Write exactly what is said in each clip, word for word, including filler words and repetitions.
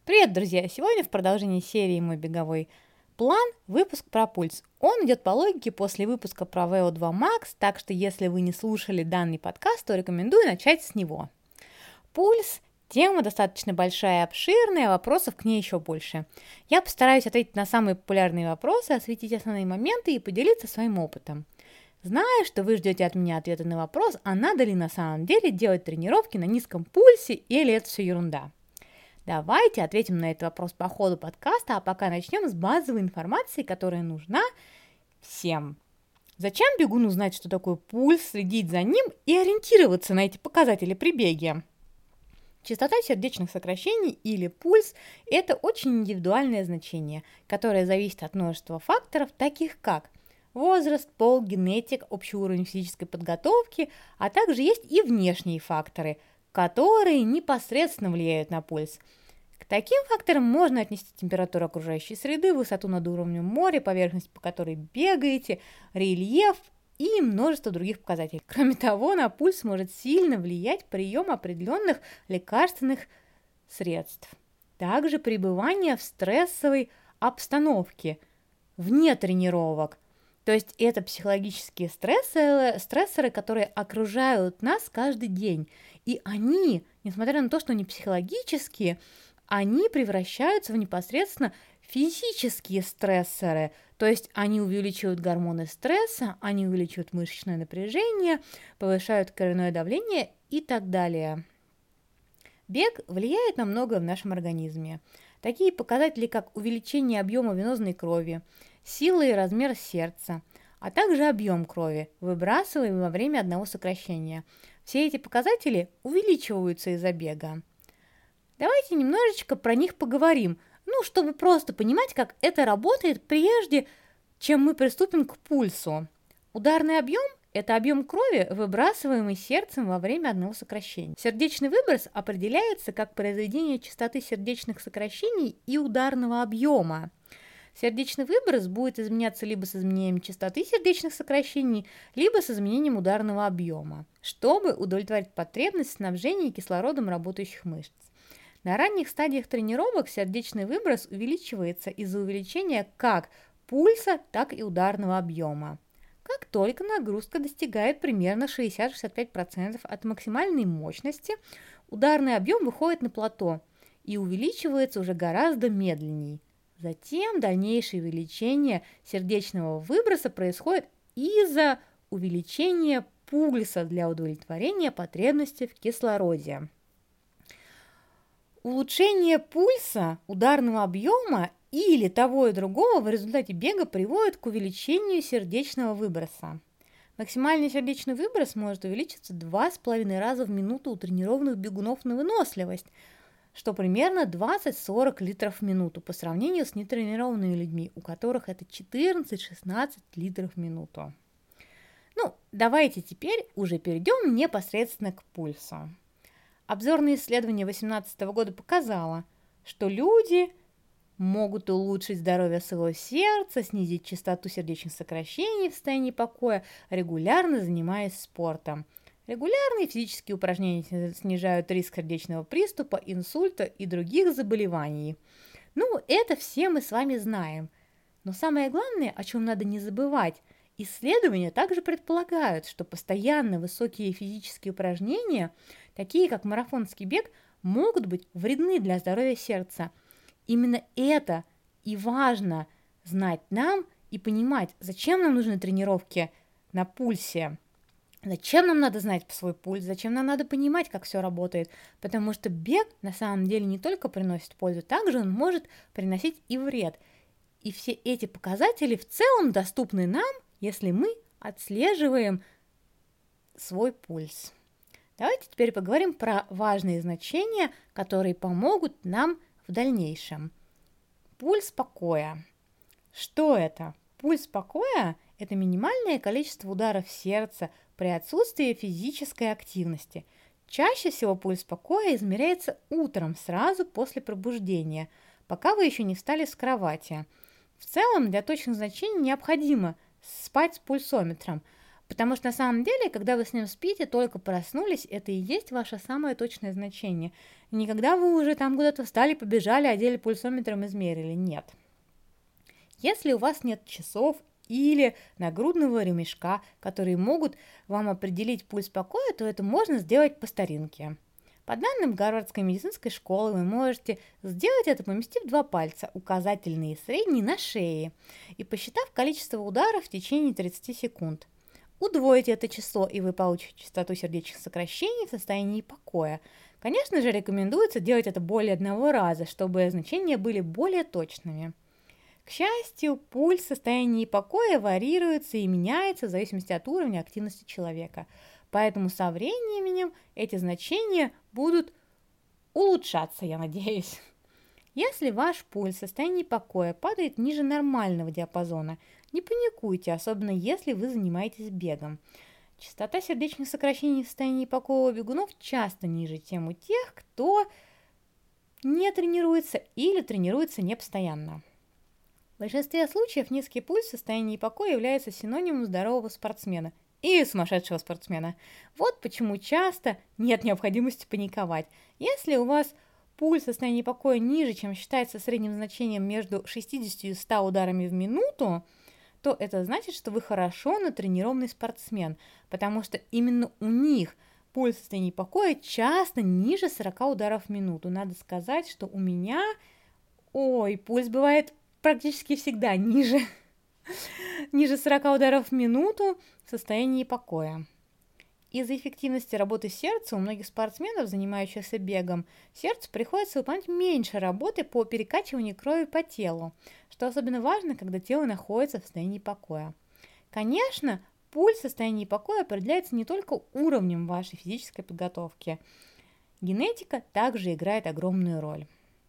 Привет, друзья! Сегодня в продолжении серии «Мой беговой план» выпуск про пульс. Он идет по логике после выпуска про ви о два Max, так что если вы не слушали данный подкаст, то рекомендую начать с него. Пульс – тема достаточно большая и обширная, вопросов к ней еще больше. Я постараюсь ответить на самые популярные вопросы, осветить основные моменты и поделиться своим опытом. Знаю, что вы ждете от меня ответа на вопрос, а надо ли на самом деле делать тренировки на низком пульсе или это все ерунда. Давайте ответим на этот вопрос по ходу подкаста, а пока начнем с базовой информации, которая нужна всем. Зачем бегуну знать, что такое пульс, следить за ним и ориентироваться на эти показатели при беге? Частота сердечных сокращений или пульс – это очень индивидуальное значение, которое зависит от множества факторов, таких как возраст, пол, генетик, общий уровень физической подготовки, а также есть и внешние факторы – которые непосредственно влияют на пульс. К таким факторам можно отнести температуру окружающей среды, высоту над уровнем моря, поверхность, по которой бегаете, рельеф и множество других показателей. Кроме того, на пульс может сильно влиять прием определенных лекарственных средств. Также пребывание в стрессовой обстановке, вне тренировок. То есть это психологические стрессоры, стрессоры, которые окружают нас каждый день. И они, несмотря на то, что они психологические, они превращаются в непосредственно физические стрессоры. То есть они увеличивают гормоны стресса, они увеличивают мышечное напряжение, повышают кровяное давление и так далее. Бег влияет на многое в нашем организме. Такие показатели, как увеличение объема венозной крови, сила и размер сердца, а также объем крови, выбрасываемый во время одного сокращения. Все эти показатели увеличиваются из-за бега. Давайте немножечко про них поговорим, ну, чтобы просто понимать, как это работает, прежде чем мы приступим к пульсу. Ударный объем – это объем крови, выбрасываемый сердцем во время одного сокращения. Сердечный выброс определяется как произведение частоты сердечных сокращений и ударного объема. Сердечный выброс будет изменяться либо с изменением частоты сердечных сокращений, либо с изменением ударного объема, чтобы удовлетворить потребность в снабжении кислородом работающих мышц. На ранних стадиях тренировок сердечный выброс увеличивается из-за увеличения как пульса, так и ударного объема. Как только нагрузка достигает примерно шестьдесят-шестьдесят пять процентов от максимальной мощности, ударный объем выходит на плато и увеличивается уже гораздо медленнее. Затем дальнейшее увеличение сердечного выброса происходит из-за увеличения пульса для удовлетворения потребности в кислороде. Улучшение пульса, ударного объема или того и другого в результате бега приводит к увеличению сердечного выброса. Максимальный сердечный выброс может увеличиться два с половиной раза в минуту у тренированных бегунов на выносливость, что примерно двадцать-сорок литров в минуту по сравнению с нетренированными людьми, у которых это четырнадцать-шестнадцать литров в минуту. Ну, давайте теперь уже перейдем непосредственно к пульсу. Обзорное исследование две тысячи восемнадцатого года показало, что люди могут улучшить здоровье своего сердца, снизить частоту сердечных сокращений в состоянии покоя, регулярно занимаясь спортом. Регулярные физические упражнения снижают риск сердечного приступа, инсульта и других заболеваний. Ну, это все мы с вами знаем. Но самое главное, о чем надо не забывать, исследования также предполагают, что постоянно высокие физические упражнения, такие как марафонский бег, могут быть вредны для здоровья сердца. Именно это и важно знать нам и понимать, зачем нам нужны тренировки на пульсе. Зачем нам надо знать свой пульс, зачем нам надо понимать, как все работает, потому что бег на самом деле не только приносит пользу, также он может приносить и вред. И все эти показатели в целом доступны нам, если мы отслеживаем свой пульс. Давайте теперь поговорим про важные значения, которые помогут нам в дальнейшем. Пульс покоя. Что это? Пульс покоя – это минимальное количество ударов сердца при отсутствии физической активности. Чаще всего пульс покоя измеряется утром, сразу после пробуждения, пока вы еще не встали с кровати. В целом, для точных значений необходимо спать с пульсометром. Потому что на самом деле, когда вы с ним спите, только проснулись, это и есть ваше самое точное значение. Не когда вы уже там куда-то встали, побежали, одели пульсометром, измерили. Нет. Если у вас нет часов или нагрудного ремешка, которые могут вам определить пульс покоя, то это можно сделать по старинке. По данным Гарвардской медицинской школы, вы можете сделать это, поместив два пальца, указательный и средний, на шее и посчитав количество ударов в течение тридцати секунд. Удвоите это число, и вы получите частоту сердечных сокращений в состоянии покоя. Конечно же, рекомендуется делать это более одного раза, чтобы значения были более точными. К счастью, пульс в состоянии покоя варьируется и меняется в зависимости от уровня активности человека. Поэтому со временем эти значения будут улучшаться, я надеюсь. Если ваш пульс в состоянии покоя падает ниже нормального диапазона, не паникуйте, особенно если вы занимаетесь бегом. Частота сердечных сокращений в состоянии покоя у бегунов часто ниже, чем у тех, кто не тренируется или тренируется непостоянно. В большинстве случаев низкий пульс в состоянии покоя является синонимом здорового спортсмена и сумасшедшего спортсмена. Вот почему часто нет необходимости паниковать. Если у вас пульс в состоянии покоя ниже, чем считается средним значением между шестьюдесятью и ста ударами в минуту, то это значит, что вы хорошо натренированный спортсмен, потому что именно у них пульс в состоянии покоя часто ниже сорока ударов в минуту. Надо сказать, что у меня, ой, пульс бывает практически всегда ниже, ниже сорока ударов в минуту в состоянии покоя. Из-за эффективности работы сердца у многих спортсменов, занимающихся бегом, сердцу приходится выполнять меньше работы по перекачиванию крови по телу, что особенно важно, когда тело находится в состоянии покоя. Конечно, пульс в состоянии покоя определяется не только уровнем вашей физической подготовки. Генетика также играет огромную роль.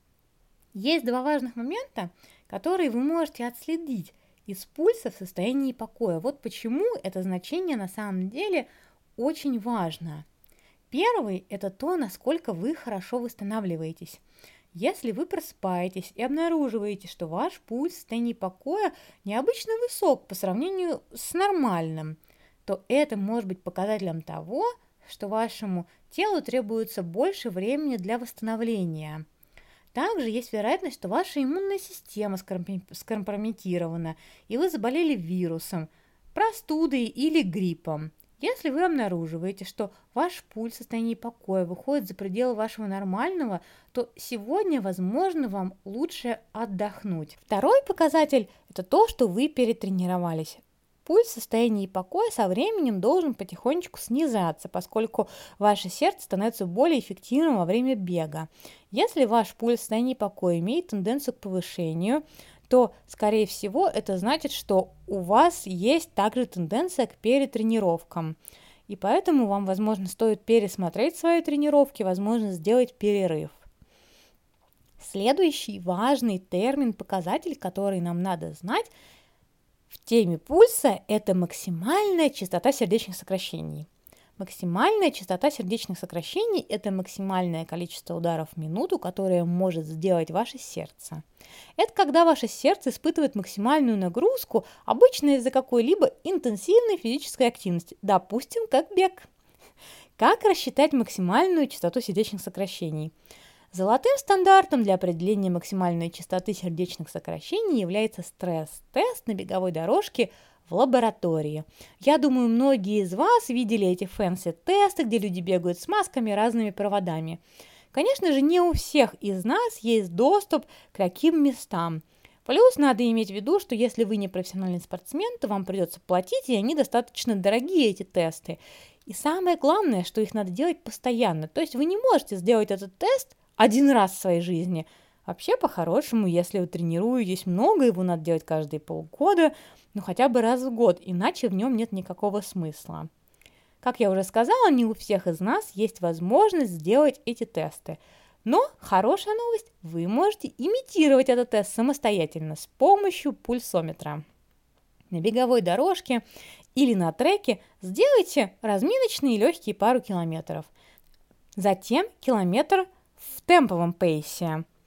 Есть два важных момента, которые вы можете отследить из пульса в состоянии покоя. Вот почему это значение на самом деле очень важно. Первый – это то, насколько вы хорошо восстанавливаетесь. Если вы просыпаетесь и обнаруживаете, что ваш пульс в состоянии покоя необычно высок по сравнению с нормальным, то это может быть показателем того, что вашему телу требуется больше времени для восстановления. Также есть вероятность, что ваша иммунная система скомпрометирована, и вы заболели вирусом, простудой или гриппом. Если вы обнаруживаете, что ваш пульс в состоянии покоя выходит за пределы вашего нормального, то сегодня, возможно, вам лучше отдохнуть. Второй показатель – это то, что вы перетренировались. Пульс в состоянии покоя со временем должен потихонечку снижаться, поскольку ваше сердце становится более эффективным во время бега. Если ваш пульс в состоянии покоя имеет тенденцию к повышению, то, скорее всего, это значит, что у вас есть также тенденция к перетренировкам. И поэтому вам, возможно, стоит пересмотреть свои тренировки, возможно, сделать перерыв. Следующий важный термин, показатель, который нам надо знать в теме пульса, это максимальная частота сердечных сокращений. Максимальная частота сердечных сокращений – это максимальное количество ударов в минуту, которое может сделать ваше сердце. Это когда ваше сердце испытывает максимальную нагрузку, обычно из-за какой-либо интенсивной физической активности, допустим, как бег. Как рассчитать максимальную частоту сердечных сокращений? Золотым стандартом для определения максимальной частоты сердечных сокращений является стресс-тест на беговой дорожке в лаборатории. Я думаю, многие из вас видели эти фэнси-тесты, где люди бегают с масками и разными проводами. Конечно же, не у всех из нас есть доступ к таким местам. Плюс надо иметь в виду, что если вы не профессиональный спортсмен, то вам придется платить, и они достаточно дорогие, эти тесты. И самое главное, что их надо делать постоянно. То есть вы не можете сделать этот тест один раз в своей жизни. Вообще, по-хорошему, если вы тренируетесь много, его надо делать каждые полгода, ну хотя бы раз в год, иначе в нем нет никакого смысла. Как я уже сказала, не у всех из нас есть возможность сделать эти тесты. Но хорошая новость, вы можете имитировать этот тест самостоятельно с помощью пульсометра. На беговой дорожке или на треке сделайте разминочные легкие пару километров. Затем километр в темповом пейсе.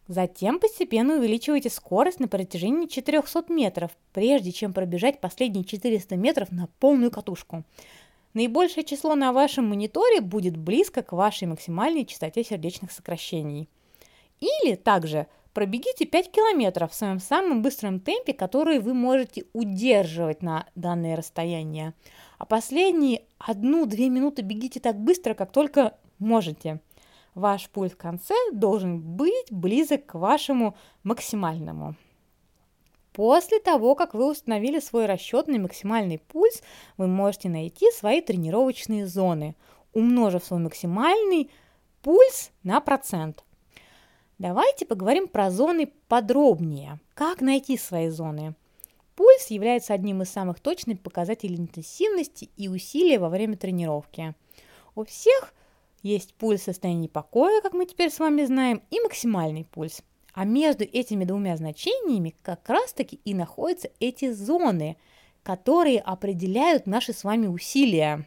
Затем постепенно увеличивайте скорость на протяжении четырехсот метров, прежде чем пробежать последние четыреста метров на полную катушку. Наибольшее число на вашем мониторе будет близко к вашей максимальной частоте сердечных сокращений. Или также пробегите пять километров в своем самом быстром темпе, который вы можете удерживать на данное расстояние. А последние одну-две минуты бегите так быстро, как только можете. Ваш пульс в конце должен быть близок к вашему максимальному. После того, как вы установили свой расчетный максимальный пульс, вы можете найти свои тренировочные зоны, умножив свой максимальный пульс на процент. Давайте поговорим про зоны подробнее. Как найти свои зоны? Пульс является одним из самых точных показателей интенсивности и усилия во время тренировки. У всех есть пульс в состоянии покоя, как мы теперь с вами знаем, и максимальный пульс. А между этими двумя значениями как раз-таки и находятся эти зоны, которые определяют наши с вами усилия.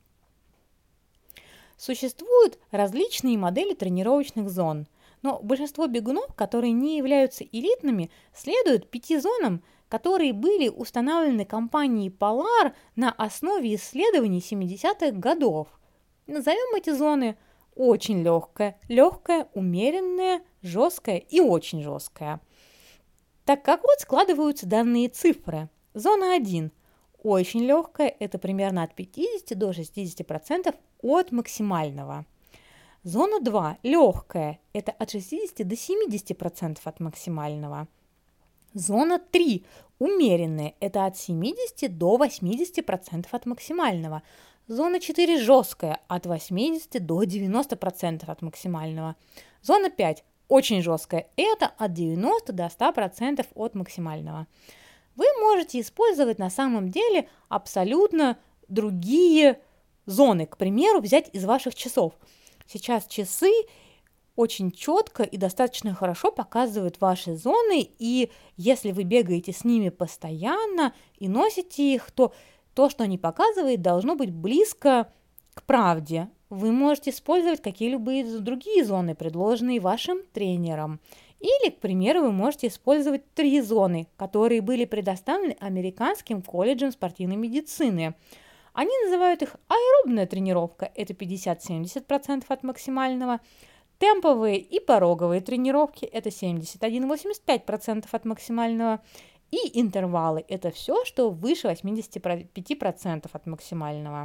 Существуют различные модели тренировочных зон, но большинство бегунов, которые не являются элитными, следуют пяти зонам, которые были установлены компанией Polar на основе исследований семидесятых годов. Назовем эти зоны очень легкая, легкая, умеренная, жесткая и очень жесткая. Так как вот складываются данные цифры. Зона один. Очень легкая, это примерно от пятидесяти до шестидесяти процентов от максимального. Зона два. Легкая, это от шестидесяти до семидесяти процентов от максимального. Зона три. Умеренная, это от семидесяти до восьмидесяти процентов от максимального. Зона четыре жесткая, от восьмидесяти до девяноста процентов от максимального. Зона пять очень жесткая, это от девяноста до ста процентов от максимального. Вы можете использовать на самом деле абсолютно другие зоны. К примеру, взять из ваших часов. Сейчас часы очень четко и достаточно хорошо показывают ваши зоны, и если вы бегаете с ними постоянно и носите их, то то, что они показывают, должно быть близко к правде. Вы можете использовать какие-либо другие зоны, предложенные вашим тренером. Или, к примеру, вы можете использовать три зоны, которые были предоставлены Американским колледжем спортивной медицины. Они называют их аэробная тренировка, это пятьдесят-семьдесят процентов от максимального, темповые и пороговые тренировки, это семьдесят один - восемьдесят пять процентов от максимального, и интервалы – это все, что выше восьмидесяти пяти процентов от максимального.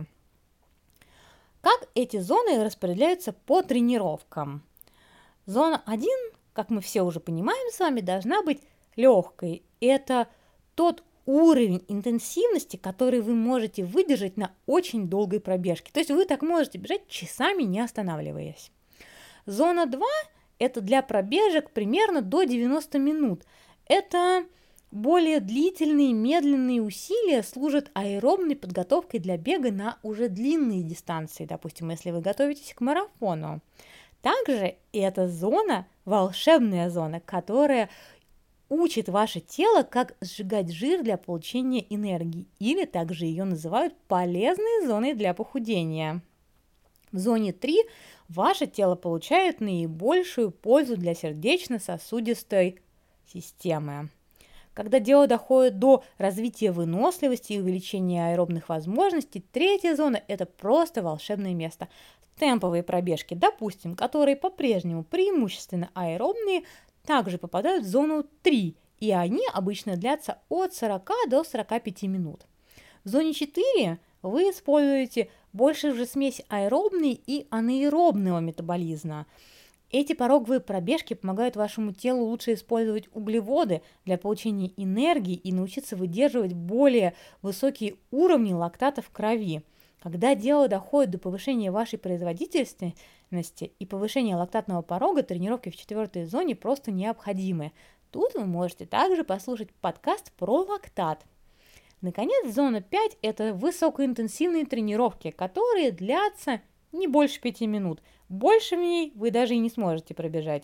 Как эти зоны распределяются по тренировкам? Зона один, как мы все уже понимаем с вами, должна быть легкой. Это тот уровень интенсивности, который вы можете выдержать на очень долгой пробежке. То есть вы так можете бежать часами, не останавливаясь. Зона два – это для пробежек примерно до девяноста минут. Это более длительные, медленные усилия служат аэробной подготовкой для бега на уже длинные дистанции, допустим, если вы готовитесь к марафону. Также эта зона – волшебная зона, которая учит ваше тело, как сжигать жир для получения энергии, или также ее называют полезной зоной для похудения. В зоне три ваше тело получает наибольшую пользу для сердечно-сосудистой системы. Когда дело доходит до развития выносливости и увеличения аэробных возможностей, третья зона – это просто волшебное место. Темповые пробежки, допустим, которые по-прежнему преимущественно аэробные, также попадают в зону три, и они обычно длятся от сорока до сорока пяти минут. В зоне четыре вы используете больше уже смесь аэробной и анаэробного метаболизма. Эти пороговые пробежки помогают вашему телу лучше использовать углеводы для получения энергии и научиться выдерживать более высокие уровни лактата в крови. Когда дело доходит до повышения вашей производительности и повышения лактатного порога, тренировки в четвертой зоне просто необходимы. Тут вы можете также послушать подкаст про лактат. Наконец, зона пять – это высокоинтенсивные тренировки, которые длятся не больше пяти минут. Больше в ней вы даже и не сможете пробежать.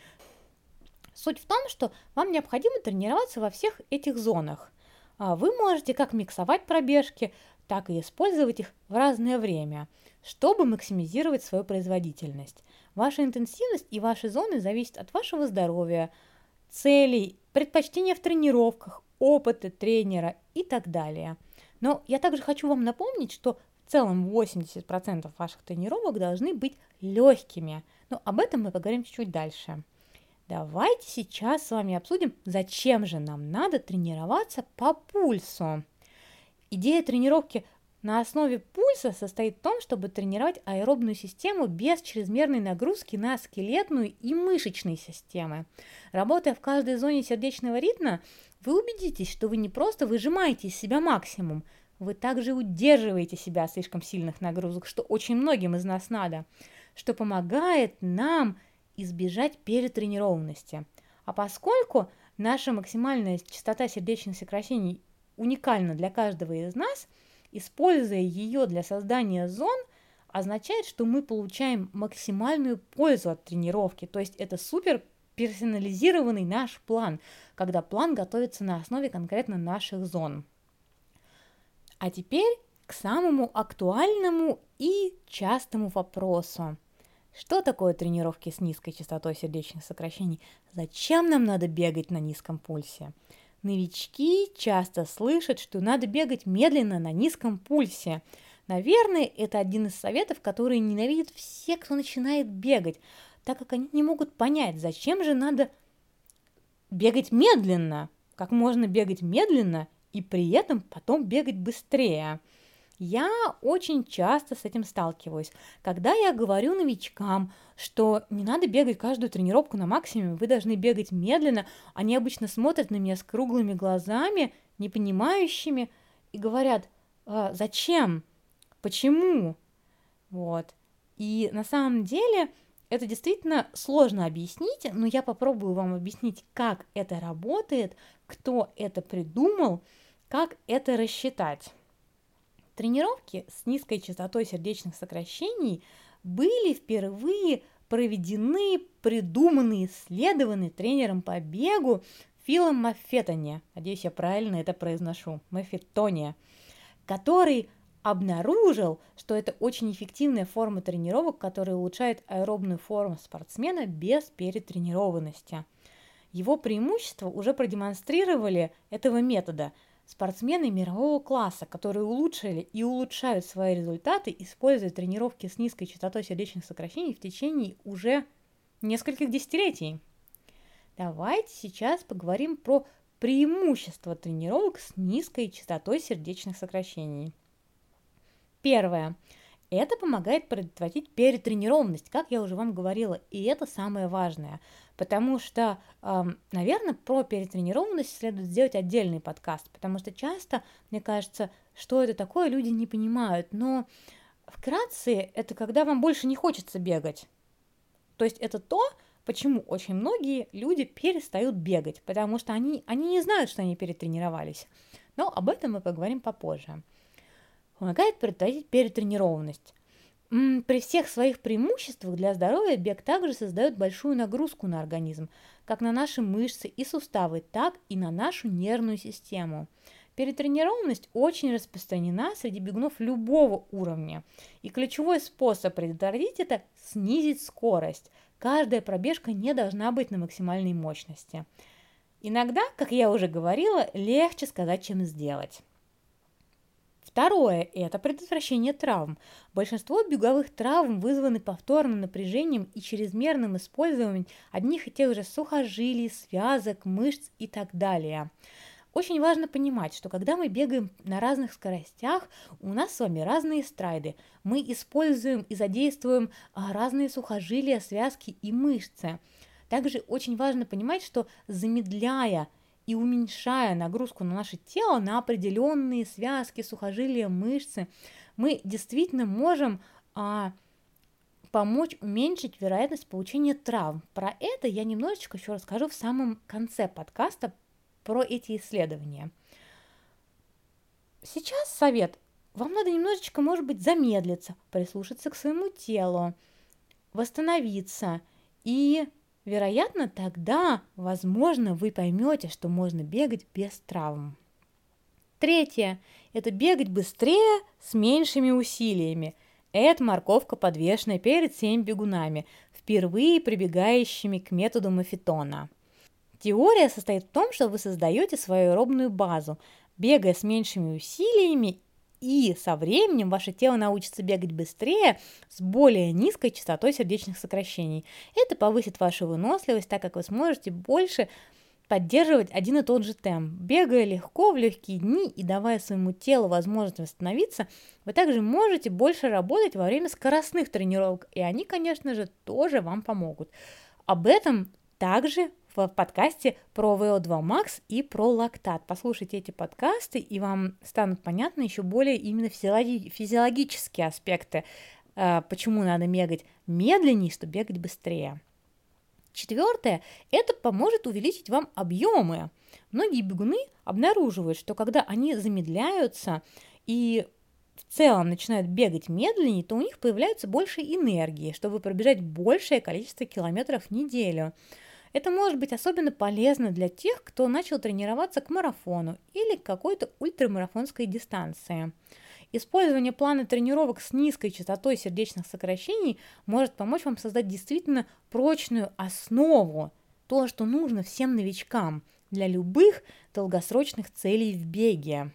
Суть в том, что вам необходимо тренироваться во всех этих зонах. Вы можете как миксовать пробежки, так и использовать их в разное время. чтобы максимизировать свою производительность. Ваша интенсивность и ваши зоны зависят от вашего здоровья, целей, предпочтения в тренировках, опыта тренера и так далее. Но я также хочу вам напомнить, что в целом восемьдесят процентов ваших тренировок должны быть легкими. Но об этом мы поговорим чуть дальше. Давайте сейчас с вами обсудим, зачем же нам надо тренироваться по пульсу. Идея тренировки на основе пульса состоит в том, чтобы тренировать аэробную систему без чрезмерной нагрузки на скелетную и мышечные системы. Работая в каждой зоне сердечного ритма, вы убедитесь, что вы не просто выжимаете из себя максимум, вы также удерживаете себя от слишком сильных нагрузок, что очень многим из нас надо, что помогает нам избежать перетренированности. А поскольку наша максимальная частота сердечных сокращений уникальна для каждого из нас, используя ее для создания зон, означает, что мы получаем максимальную пользу от тренировки. То есть это супер персонализированный наш план, когда план готовится на основе конкретно наших зон. А теперь к самому актуальному и частому вопросу. Что такое тренировки с низкой частотой сердечных сокращений? Зачем нам надо бегать на низком пульсе? Новички часто слышат, что надо бегать медленно на низком пульсе. Наверное, это один из советов, которые ненавидят все, кто начинает бегать, так как они не могут понять, зачем же надо бегать медленно, как можно бегать медленно и при этом потом бегать быстрее. Я очень часто с этим сталкиваюсь. Когда я говорю новичкам, что не надо бегать каждую тренировку на максимуме, вы должны бегать медленно, они обычно смотрят на меня с круглыми глазами, непонимающими, и говорят: «А, зачем? Почему?» Вот. И на самом деле это действительно сложно объяснить, но я попробую вам объяснить, как это работает, кто это придумал, как это рассчитать. Тренировки с низкой частотой сердечных сокращений были впервые проведены, придуманы, исследованы тренером по бегу Филом Маффетоне, надеюсь, я правильно это произношу, Маффетоне, который обнаружил, что это очень эффективная форма тренировок, которая улучшает аэробную форму спортсмена без перетренированности. Его преимущества уже продемонстрировали этого метода спортсмены мирового класса, которые улучшили и улучшают свои результаты, используя тренировки с низкой частотой сердечных сокращений в течение уже нескольких десятилетий. Давайте сейчас поговорим про преимущества тренировок с низкой частотой сердечных сокращений. Первое. Это помогает предотвратить перетренированность, как я уже вам говорила, и это самое важное, потому что, э, наверное, про перетренированность следует сделать отдельный подкаст, потому что часто, мне кажется, что это такое, люди не понимают, но вкратце это когда вам больше не хочется бегать. То есть это то, почему очень многие люди перестают бегать, потому что они, они не знают, что они перетренировались. Но об этом мы поговорим попозже. Помогает предотвратить перетренированность. При всех своих преимуществах для здоровья бег также создает большую нагрузку на организм, как на наши мышцы и суставы, так и на нашу нервную систему. Перетренированность очень распространена среди бегунов любого уровня, и ключевой способ предотвратить это – снизить скорость. Каждая пробежка не должна быть на максимальной мощности. Иногда, как я уже говорила, легче сказать, чем сделать. Второе – это предотвращение травм. Большинство беговых травм вызваны повторным напряжением и чрезмерным использованием одних и тех же сухожилий, связок, мышц и так далее. Очень важно понимать, что когда мы бегаем на разных скоростях, у нас с вами разные страйды. Мы используем и задействуем разные сухожилия, связки и мышцы. Также очень важно понимать, что замедляя и уменьшая нагрузку на наше тело, на определенные связки, сухожилия, мышцы, мы действительно можем а, помочь уменьшить вероятность получения травм. Про это я немножечко еще расскажу в самом конце подкаста про эти исследования. Сейчас совет. Вам надо немножечко, может быть, замедлиться, прислушаться к своему телу, восстановиться и... Вероятно, тогда, возможно, вы поймете, что можно бегать без травм. Третье – это бегать быстрее с меньшими усилиями. Это морковка, подвешенная перед всеми бегунами, впервые прибегающими к методу Маффетона. Теория состоит в том, что вы создаете свою аэробную базу, бегая с меньшими усилиями, и со временем ваше тело научится бегать быстрее с более низкой частотой сердечных сокращений. Это повысит вашу выносливость, так как вы сможете больше поддерживать один и тот же темп. Бегая легко в легкие дни и давая своему телу возможность восстановиться, вы также можете больше работать во время скоростных тренировок, и они, конечно же, тоже вам помогут. Об этом также в подкасте про ви о два Max и про лактат. Послушайте эти подкасты, и вам станут понятны еще более именно физиологи- физиологические аспекты, э, почему надо бегать медленнее, чтобы бегать быстрее. Четвертое, это поможет увеличить вам объемы. Многие бегуны обнаруживают, что когда они замедляются и в целом начинают бегать медленнее, то у них появляется больше энергии, чтобы пробежать большее количество километров в неделю. Это может быть особенно полезно для тех, кто начал тренироваться к марафону или к какой-то ультрамарафонской дистанции. Использование плана тренировок с низкой частотой сердечных сокращений может помочь вам создать действительно прочную основу, то, что нужно всем новичкам для любых долгосрочных целей в беге.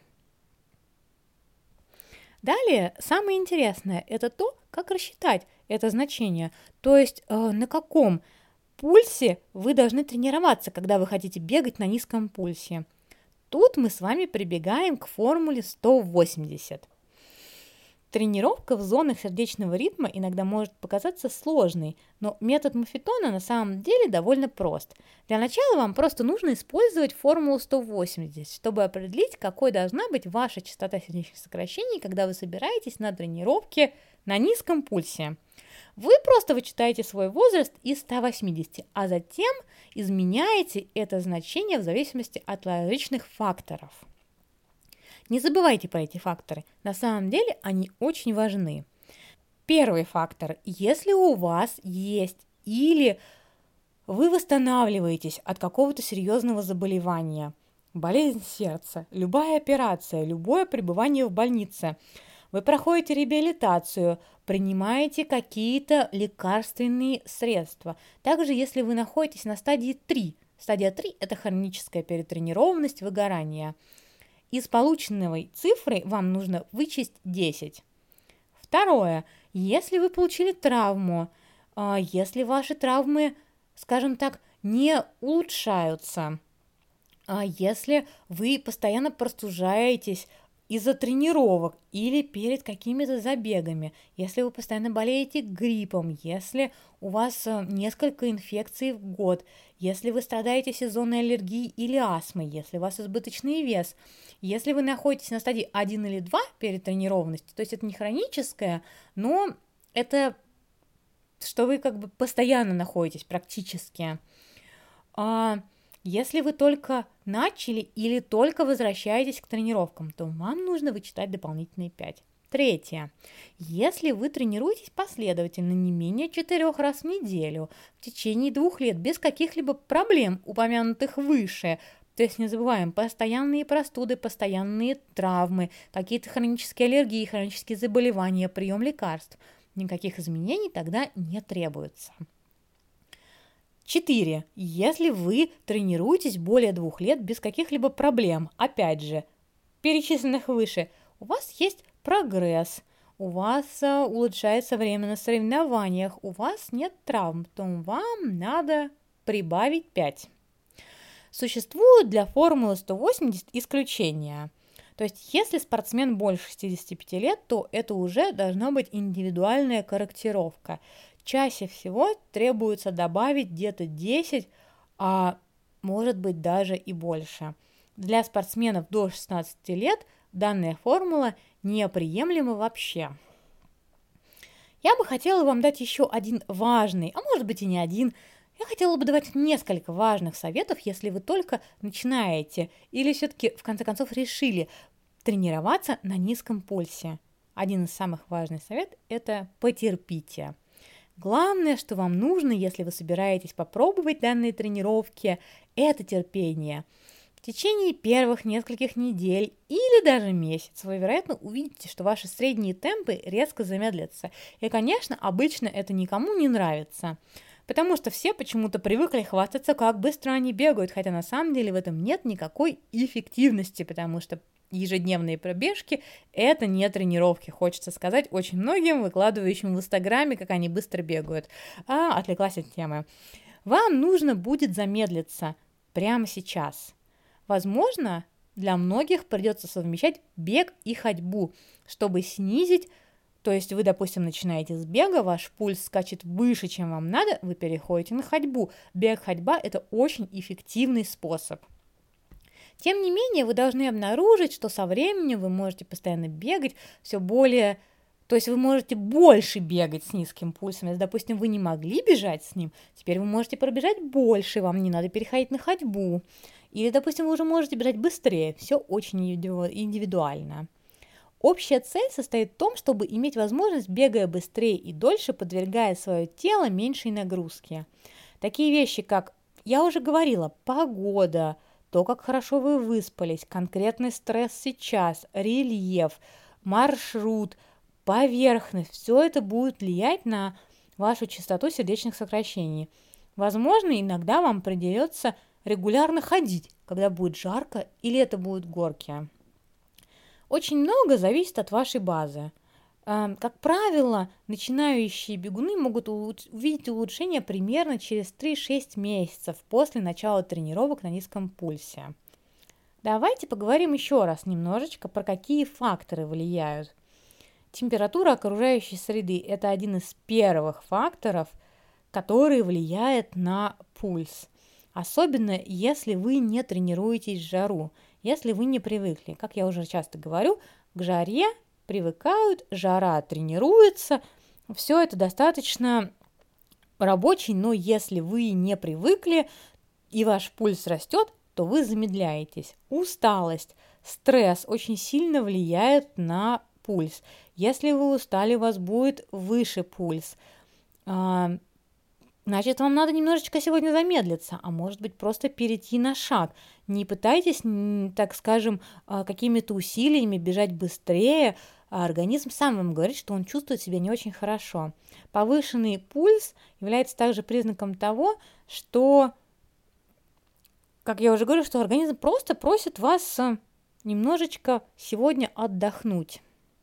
Далее, самое интересное – это то, как рассчитать это значение, то есть э, на каком пульсе вы должны тренироваться, когда вы хотите бегать на низком пульсе. Тут мы с вами прибегаем к формуле сто восемьдесят. Тренировка в зонах сердечного ритма иногда может показаться сложной, но метод Маффетона на самом деле довольно прост. Для начала вам просто нужно использовать формулу сто восемьдесят, чтобы определить, какой должна быть ваша частота сердечных сокращений, когда вы собираетесь на тренировке на низком пульсе. Вы просто вычитаете свой возраст из ста восьмидесяти, а затем изменяете это значение в зависимости от различных факторов. Не забывайте про эти факторы, на самом деле они очень важны. Первый фактор. Если у вас есть или вы восстанавливаетесь от какого-то серьезного заболевания, болезнь сердца, любая операция, любое пребывание в больнице, вы проходите реабилитацию, принимаете какие-то лекарственные средства. Также, если вы находитесь на стадии три. Стадия три – это хроническая перетренированность, выгорание. Из полученной цифры вам нужно вычесть десять. Второе. Если вы получили травму, если ваши травмы, скажем так, не улучшаются, если вы постоянно простужаетесь из-за тренировок или перед какими-то забегами, если вы постоянно болеете гриппом, если у вас несколько инфекций в год, если вы страдаете сезонной аллергией или астмой, если у вас избыточный вес, если вы находитесь на стадии один или два перетренированности, то есть это не хроническое, но это что вы как бы постоянно находитесь практически. Если вы только начали или только возвращаетесь к тренировкам, то вам нужно вычитать дополнительные пять. Третье. Если вы тренируетесь последовательно не менее четырех раз в неделю в течение двух лет без каких-либо проблем, упомянутых выше, то есть не забываем, постоянные простуды, постоянные травмы, какие-то хронические аллергии, хронические заболевания, прием лекарств, никаких изменений тогда не требуется. Четыре. Если вы тренируетесь более двух лет без каких-либо проблем, опять же, перечисленных выше, у вас есть прогресс, у вас а, улучшается время на соревнованиях, у вас нет травм, то вам надо прибавить пять. Существуют для формулы сто восемьдесят исключения. То есть, если спортсмен больше шестидесяти пяти лет, то это уже должна быть индивидуальная корректировка. Чаще всего требуется добавить где-то десять, а может быть даже и больше. Для спортсменов до шестнадцати лет данная формула неприемлема вообще. Я бы хотела вам дать еще один важный, а может быть и не один, я хотела бы давать несколько важных советов, если вы только начинаете или все-таки в конце концов решили тренироваться на низком пульсе. Один из самых важных советов – это потерпите. Главное, что вам нужно, если вы собираетесь попробовать данные тренировки, это терпение. В течение первых нескольких недель или даже месяца вы, вероятно, увидите, что ваши средние темпы резко замедлятся. И, конечно, обычно это никому не нравится, потому что все почему-то привыкли хвастаться, как быстро они бегают, хотя на самом деле в этом нет никакой эффективности, потому что ежедневные пробежки – это не тренировки, хочется сказать очень многим, выкладывающим в Инстаграме, как они быстро бегают. А, отвлеклась от темы. Вам нужно будет замедлиться прямо сейчас. Возможно, для многих придется совмещать бег и ходьбу, чтобы снизить, то есть вы, допустим, начинаете с бега, ваш пульс скачет выше, чем вам надо, вы переходите на ходьбу. Бег-ходьба – это очень эффективный способ. Тем не менее, вы должны обнаружить, что со временем вы можете постоянно бегать все более, то есть вы можете больше бегать с низким пульсом. Если, допустим, вы не могли бежать с ним, теперь вы можете пробежать больше, вам не надо переходить на ходьбу. Или, допустим, вы уже можете бежать быстрее. Все очень индивидуально. Общая цель состоит в том, чтобы иметь возможность, бегая быстрее и дольше, подвергая свое тело меньшей нагрузке. Такие вещи, как, я уже говорила, погода, то, как хорошо вы выспались, конкретный стресс сейчас, рельеф, маршрут, поверхность, все это будет влиять на вашу частоту сердечных сокращений. Возможно, иногда вам придется регулярно ходить, когда будет жарко или это будут горки. Очень много зависит от вашей базы. Как правило, начинающие бегуны могут увидеть улучшение примерно через три-шесть месяцев после начала тренировок на низком пульсе. Давайте поговорим еще раз немножечко про какие факторы влияют. Температура окружающей среды – это один из первых факторов, который влияет на пульс. Особенно если вы не тренируетесь в жару, если вы не привыкли. Как я уже часто говорю, к жаре привыкают, жара тренируется, все это достаточно рабочий, но если вы не привыкли и ваш пульс растет, то вы замедляетесь. Усталость, стресс очень сильно влияют на пульс. Если вы устали, у вас будет выше пульс. Значит, вам надо немножечко сегодня замедлиться, а может быть просто перейти на шаг. Не пытайтесь, так скажем, какими-то усилиями бежать быстрее, а организм сам вам говорит, что он чувствует себя не очень хорошо. Повышенный пульс является также признаком того, что, как я уже говорю, что организм просто просит вас немножечко сегодня отдохнуть.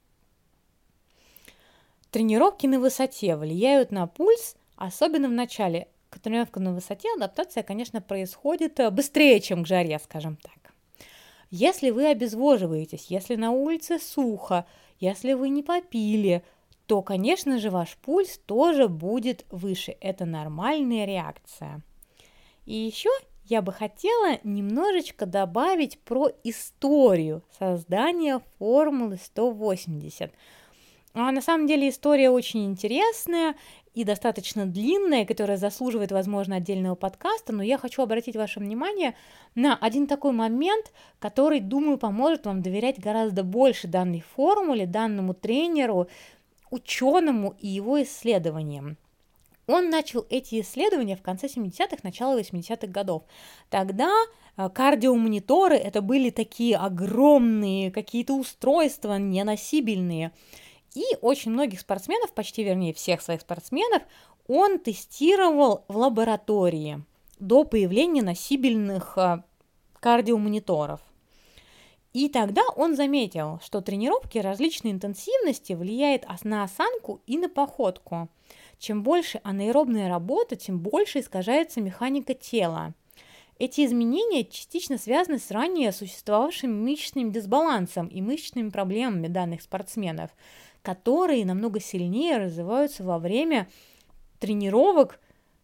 Тренировки на высоте влияют на пульс, особенно в начале. Тренировка на высоте, адаптация, конечно, происходит быстрее, чем к жаре, скажем так. Если вы обезвоживаетесь, если на улице сухо, если вы не попили, то, конечно же, ваш пульс тоже будет выше. Это нормальная реакция. И еще я бы хотела немножечко добавить про историю создания формулы сто восемьдесят. А на самом деле история очень интересная и достаточно длинная, которая заслуживает, возможно, отдельного подкаста, но я хочу обратить ваше внимание на один такой момент, который, думаю, поможет вам доверять гораздо больше данной формуле, данному тренеру, ученому и его исследованиям. Он начал эти исследования в конце семидесятых, начало восьмидесятых годов. Тогда кардиомониторы – это были такие огромные какие-то устройства, неносибельные. И очень многих спортсменов, почти вернее всех своих спортсменов, он тестировал в лаборатории до появления носибельных кардиомониторов. И тогда он заметил, что тренировки различной интенсивности влияют на осанку и на походку. Чем больше анаэробная работа, тем больше искажается механика тела. Эти изменения частично связаны с ранее существовавшим мышечным дисбалансом и мышечными проблемами данных спортсменов, которые намного сильнее развиваются во время тренировок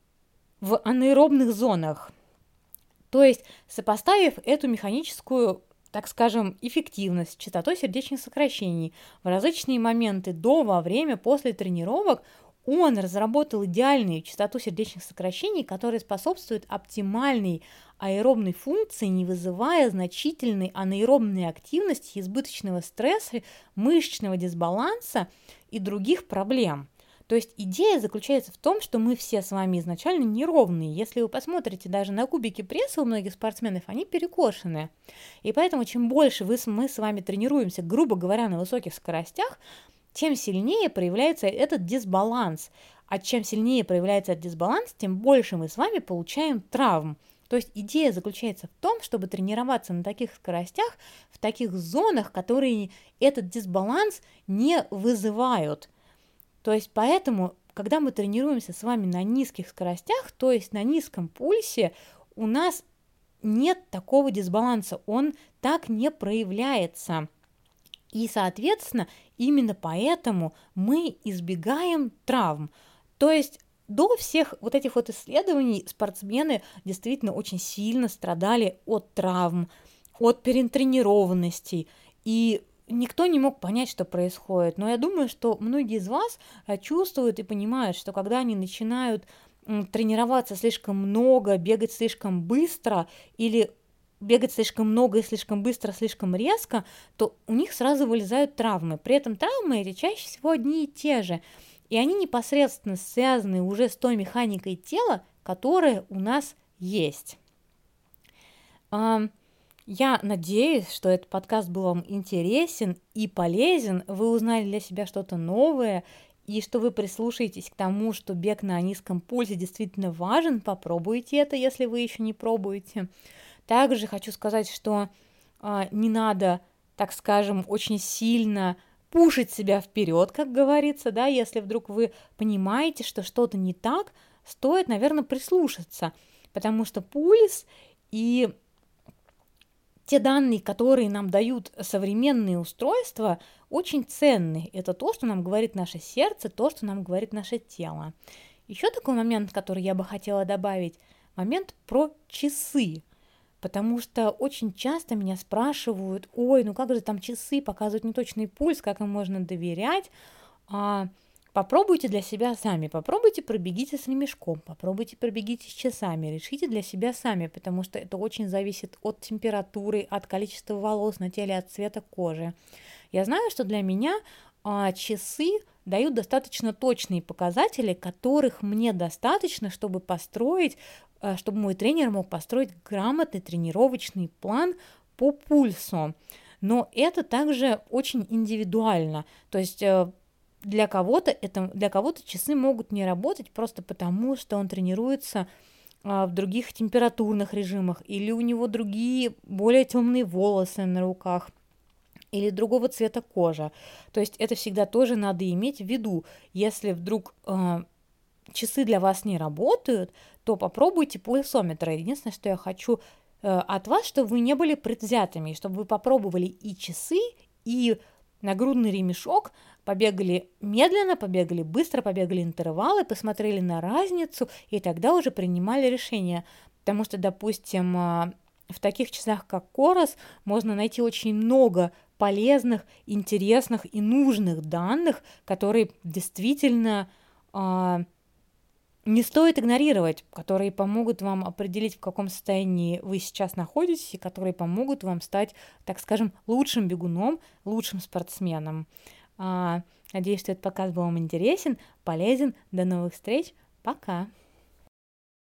в анаэробных зонах. То есть, сопоставив эту механическую, так скажем, эффективность с частотой сердечных сокращений в различные моменты до, во время, после тренировок, он разработал идеальную частоту сердечных сокращений, которая способствует оптимальной аэробной функции, не вызывая значительной анаэробной активности, избыточного стресса, мышечного дисбаланса и других проблем. То есть идея заключается в том, что мы все с вами изначально неровные. Если вы посмотрите даже на кубики пресса у многих спортсменов, они перекошены. И поэтому чем больше вы, мы с вами тренируемся, грубо говоря, на высоких скоростях, тем сильнее проявляется этот дисбаланс. А чем сильнее проявляется этот дисбаланс, тем больше мы с вами получаем травм. То есть идея заключается в том, чтобы тренироваться на таких скоростях, в таких зонах, которые этот дисбаланс не вызывают. То есть поэтому, когда мы тренируемся с вами на низких скоростях, то есть на низком пульсе, у нас нет такого дисбаланса, он так не проявляется. И, соответственно, именно поэтому мы избегаем травм. То есть до всех вот этих вот исследований спортсмены действительно очень сильно страдали от травм, от перетренированности, и никто не мог понять, что происходит. Но я думаю, что многие из вас чувствуют и понимают, что когда они начинают тренироваться слишком много, бегать слишком быстро или бегать слишком много и слишком быстро, слишком резко, то у них сразу вылезают травмы. При этом травмы эти чаще всего одни и те же. И они непосредственно связаны уже с той механикой тела, которая у нас есть. Я надеюсь, что этот подкаст был вам интересен и полезен. Вы узнали для себя что-то новое, и что вы прислушаетесь к тому, что бег на низком пульсе действительно важен. Попробуйте это, если вы еще не пробуете. Также хочу сказать, что не надо, так скажем, очень сильно пушить себя вперед, как говорится, да, если вдруг вы понимаете, что что-то не так, стоит, наверное, прислушаться, потому что пульс и те данные, которые нам дают современные устройства, очень ценны. Это то, что нам говорит наше сердце, то, что нам говорит наше тело. Еще такой момент, который я бы хотела добавить, момент про часы. Потому что очень часто меня спрашивают: ой, ну как же там часы показывают неточный пульс, как им можно доверять? А, попробуйте для себя сами, попробуйте пробегите с ремешком, попробуйте пробегите с часами, решите для себя сами, потому что это очень зависит от температуры, от количества волос на теле, от цвета кожи. Я знаю, что для меня а, часы дают достаточно точные показатели, которых мне достаточно, чтобы построить чтобы мой тренер мог построить грамотный тренировочный план по пульсу. Но это также очень индивидуально. То есть для кого-то, это, для кого-то часы могут не работать просто потому, что он тренируется в других температурных режимах, или у него другие, более темные волосы на руках, или другого цвета кожа. То есть это всегда тоже надо иметь в виду. Если вдруг э, часы для вас не работают, то попробуйте пульсометр. Единственное, что я хочу э, от вас, чтобы вы не были предвзятыми, чтобы вы попробовали и часы, и нагрудный ремешок, побегали медленно, побегали быстро, побегали интервалы, посмотрели на разницу, и тогда уже принимали решение. Потому что, допустим, э, в таких часах, как Корос, можно найти очень много полезных, интересных и нужных данных, которые действительно э, не стоит игнорировать, которые помогут вам определить, в каком состоянии вы сейчас находитесь, и которые помогут вам стать, так скажем, лучшим бегуном, лучшим спортсменом. Надеюсь, что этот подкаст был вам интересен, полезен. До новых встреч. Пока!